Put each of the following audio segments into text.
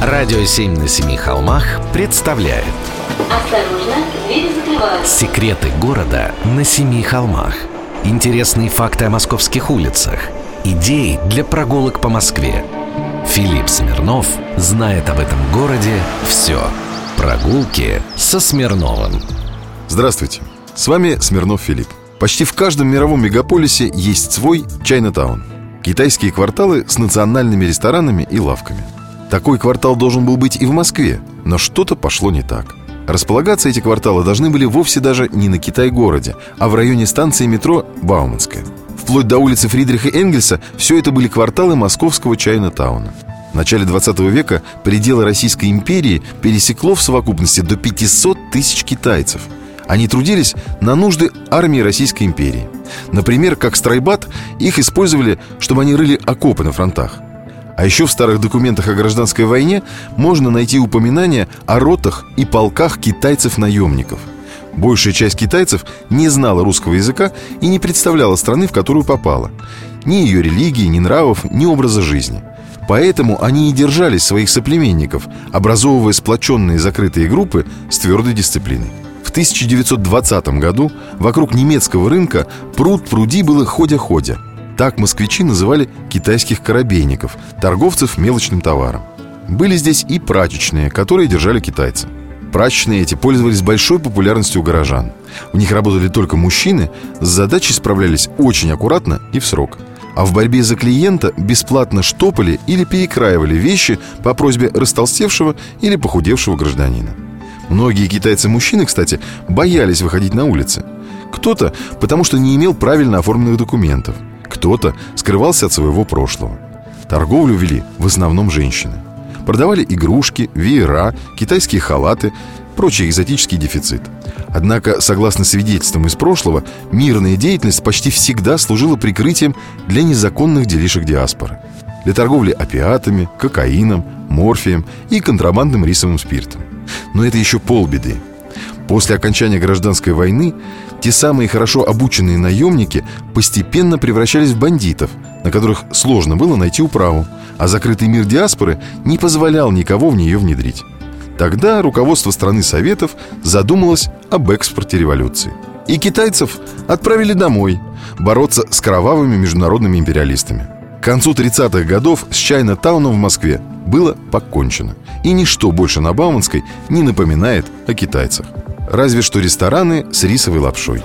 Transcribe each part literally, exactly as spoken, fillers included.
Радио семь на семи холмах представляет. Осторожно, двери закрываются. Секреты города на семи холмах. Интересные факты о московских улицах. Идеи для прогулок по Москве. Филипп Смирнов знает об этом городе все. Прогулки со Смирновым. Здравствуйте, с вами Смирнов Филипп. Почти в каждом мировом мегаполисе есть свой Чайнатаун. Китайские кварталы с национальными ресторанами и лавками. Такой квартал должен был быть и в Москве, но что-то пошло не так. Располагаться эти кварталы должны были вовсе даже не на Китай-городе, а в районе станции метро Бауманская. Вплоть до улицы Фридриха Энгельса все это были кварталы московского Чайнатауна. В начале двадцатого века пределы Российской империи пересекло в совокупности до пятьсот тысяч китайцев. Они трудились на нужды армии Российской империи. Например, как стройбат, их использовали, чтобы они рыли окопы на фронтах. А еще в старых документах о гражданской войне можно найти упоминания о ротах и полках китайцев-наемников. Большая часть китайцев не знала русского языка и не представляла страны, в которую попала. Ни ее религии, ни нравов, ни образа жизни. Поэтому они и держались своих соплеменников, образовывая сплоченные закрытые группы с твердой дисциплиной. В тысяча девятьсот двадцатом году вокруг немецкого рынка пруд-пруди было ходя-ходя. Так москвичи называли китайских корабейников, торговцев мелочным товаром. Были здесь и прачечные, которые держали китайцы. Прачечные эти пользовались большой популярностью у горожан. В них работали только мужчины, с задачей справлялись очень аккуратно и в срок. А в борьбе за клиента бесплатно штопали или перекраивали вещи по просьбе растолстевшего или похудевшего гражданина. Многие китайцы-мужчины, кстати, боялись выходить на улицы. Кто-то потому, что не имел правильно оформленных документов. Кто-то скрывался от своего прошлого. Торговлю вели в основном женщины. Продавали игрушки, веера, китайские халаты, прочий экзотический дефицит. Однако, согласно свидетельствам из прошлого, мирная деятельность почти всегда служила прикрытием для незаконных делишек диаспоры. Для торговли опиатами, кокаином, морфием и контрабандным рисовым спиртом. Но это еще полбеды. После окончания гражданской войны те самые хорошо обученные наемники постепенно превращались в бандитов, на которых сложно было найти управу, а закрытый мир диаспоры не позволял никого в нее внедрить. Тогда руководство страны Советов задумалось об экспорте революции. И китайцев отправили домой бороться с кровавыми международными империалистами. К концу тридцатых годов с Чайнатауном в Москве было покончено. И ничто больше на Бауманской не напоминает о китайцах. Разве что рестораны с рисовой лапшой.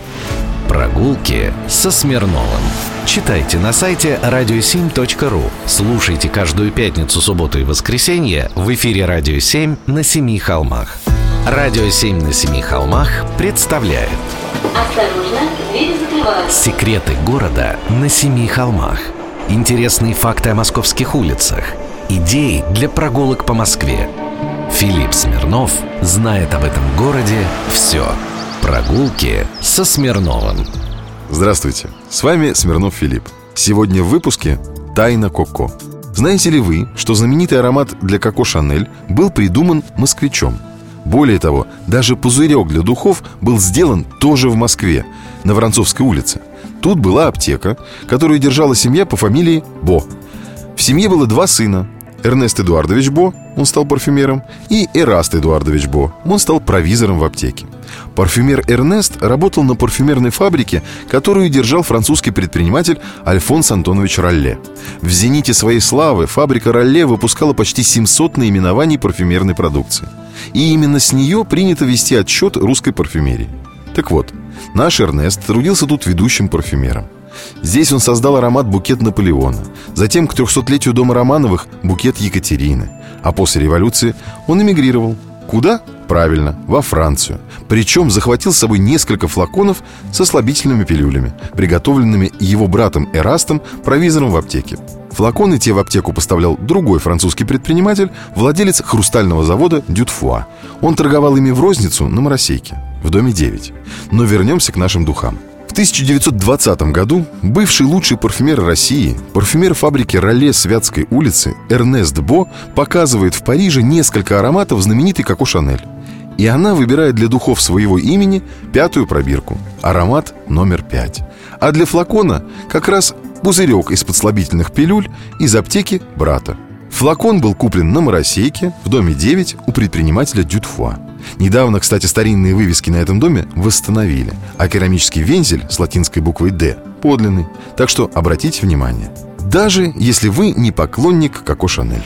Прогулки со Смирновым. Читайте на сайте радио семь точка ру. Слушайте каждую пятницу, субботу и воскресенье в эфире «Радио семь» на семи холмах. «Радио семь» на семи холмах представляет. Осторожно, двери закрываются. Секреты города на семи холмах. Интересные факты о московских улицах. Идеи для прогулок по Москве. Филипп Смирнов знает об этом городе все. Прогулки со Смирновым. Здравствуйте, с вами Смирнов Филипп. Сегодня в выпуске «Тайна Коко». Знаете ли вы, что знаменитый аромат для Коко Шанель был придуман москвичом? Более того, даже пузырек для духов был сделан тоже в Москве, на Воронцовской улице. Тут была аптека, которую держала семья по фамилии Бо. В семье было два сына: Эрнест Эдуардович Бо, он стал парфюмером, и Эраст Эдуардович Бо, он стал провизором в аптеке. Парфюмер Эрнест работал на парфюмерной фабрике, которую держал французский предприниматель Альфонс Антонович Ролле. В зените своей славы фабрика Ролле выпускала почти семьсот наименований парфюмерной продукции. И именно с нее принято вести отсчет русской парфюмерии. Так вот, наш Эрнест трудился тут ведущим парфюмером. Здесь он создал аромат «Букет Наполеона», затем к трехсотлетию дома Романовых «Букет Екатерины». А после революции он эмигрировал. Куда? Правильно, во Францию. Причем захватил с собой несколько флаконов со слабительными пилюлями, приготовленными его братом Эрастом, провизором в аптеке. Флаконы те в аптеку поставлял другой французский предприниматель, владелец хрустального завода «Дютфуа». Он торговал ими в розницу на Моросейке, в доме девять. Но вернемся к нашим духам. В тысяча девятьсот двадцатом году бывший лучший парфюмер России, парфюмер фабрики Ролле с Вятской улицы Эрнест Бо показывает в Париже несколько ароматов знаменитой Коко Шанель. И она выбирает для духов своего имени пятую пробирку, аромат номер пять. А для флакона как раз пузырек из-под слабительных пилюль из аптеки брата. Флакон был куплен на Моросейке в доме девять у предпринимателя Дютфуа. Недавно, кстати, старинные вывески на этом доме восстановили, а керамический вензель с латинской буквой «Д» подлинный. Так что обратите внимание, даже если вы не поклонник Коко Шанель.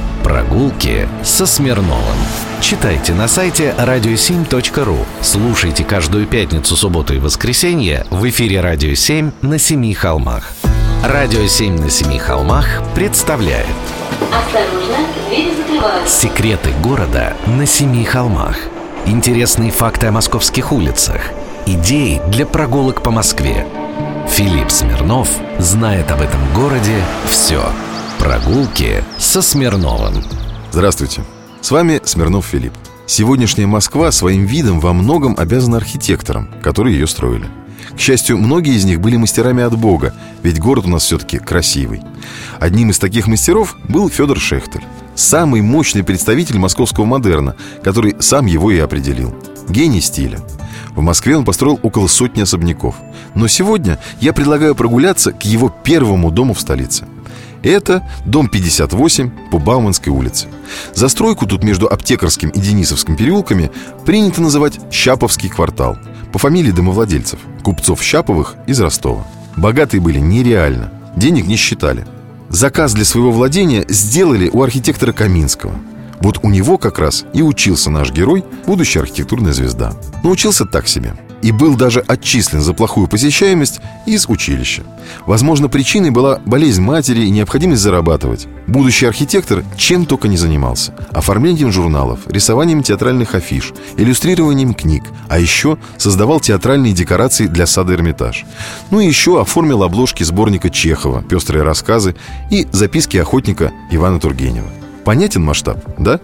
Прогулки со Смирновым. Читайте на сайте радио семь точка ру. Слушайте каждую пятницу, субботу и воскресенье в эфире «Радио семь» на Семи холмах. «Радио семь» на Семи холмах представляет Осторожно, двери закрываются. Секреты города на Семи холмах. Интересные факты о московских улицах. Идеи для прогулок по Москве. Филипп Смирнов знает об этом городе все. Прогулки со Смирновым. Здравствуйте, с вами Смирнов Филипп. Сегодняшняя Москва своим видом во многом обязана архитекторам, которые ее строили. К счастью, многие из них были мастерами от Бога, ведь город у нас все-таки красивый. Одним из таких мастеров был Федор Шехтель, самый мощный представитель московского модерна, который сам его и определил. Гений стиля. В Москве он построил около сотни особняков. Но сегодня я предлагаю прогуляться к его первому дому в столице. Это дом пятьдесят восемь по Бауманской улице. Застройку тут между Аптекарским и Денисовским переулками принято называть Щаповский квартал, по фамилии домовладельцев, купцов Щаповых из Ростова. Богатые были нереально, денег не считали. Заказ для своего владения сделали у архитектора Каминского. Вот у него как раз и учился наш герой, будущая архитектурная звезда. Но учился так себе. И был даже отчислен за плохую посещаемость из училища. Возможно, причиной была болезнь матери и необходимость зарабатывать. Будущий архитектор чем только не занимался: оформлением журналов, рисованием театральных афиш, иллюстрированием книг. А еще создавал театральные декорации для сада Эрмитаж. Ну и еще оформил обложки сборника Чехова «Пестрые рассказы» и записки охотника Ивана Тургенева. Понятен масштаб, да?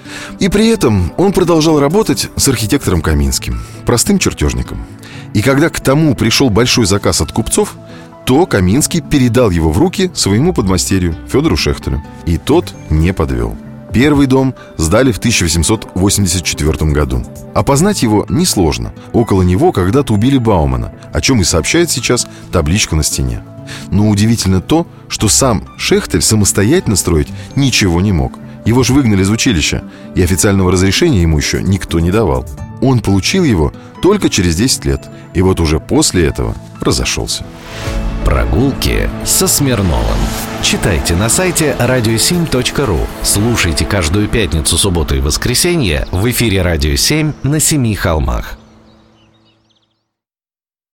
И при этом он продолжал работать с архитектором Каминским, простым чертежником. И когда к тому пришел большой заказ от купцов, то Каминский передал его в руки своему подмастерью Федору Шехтелю. И тот не подвел. Первый дом сдали в тысяча восемьсот восемьдесят четвёртом году. Опознать его несложно. Около него когда-то убили Баумана, о чем и сообщает сейчас табличка на стене. Но удивительно то, что сам Шехтель самостоятельно строить ничего не мог. Его же выгнали из училища, и официального разрешения ему еще никто не давал. Он получил его только через десять лет, и вот уже после этого разошелся. Прогулки со Смирновым. Читайте на сайте радио семь точка ру. Слушайте каждую пятницу, субботу и воскресенье в эфире «Радио семь» на Семи холмах.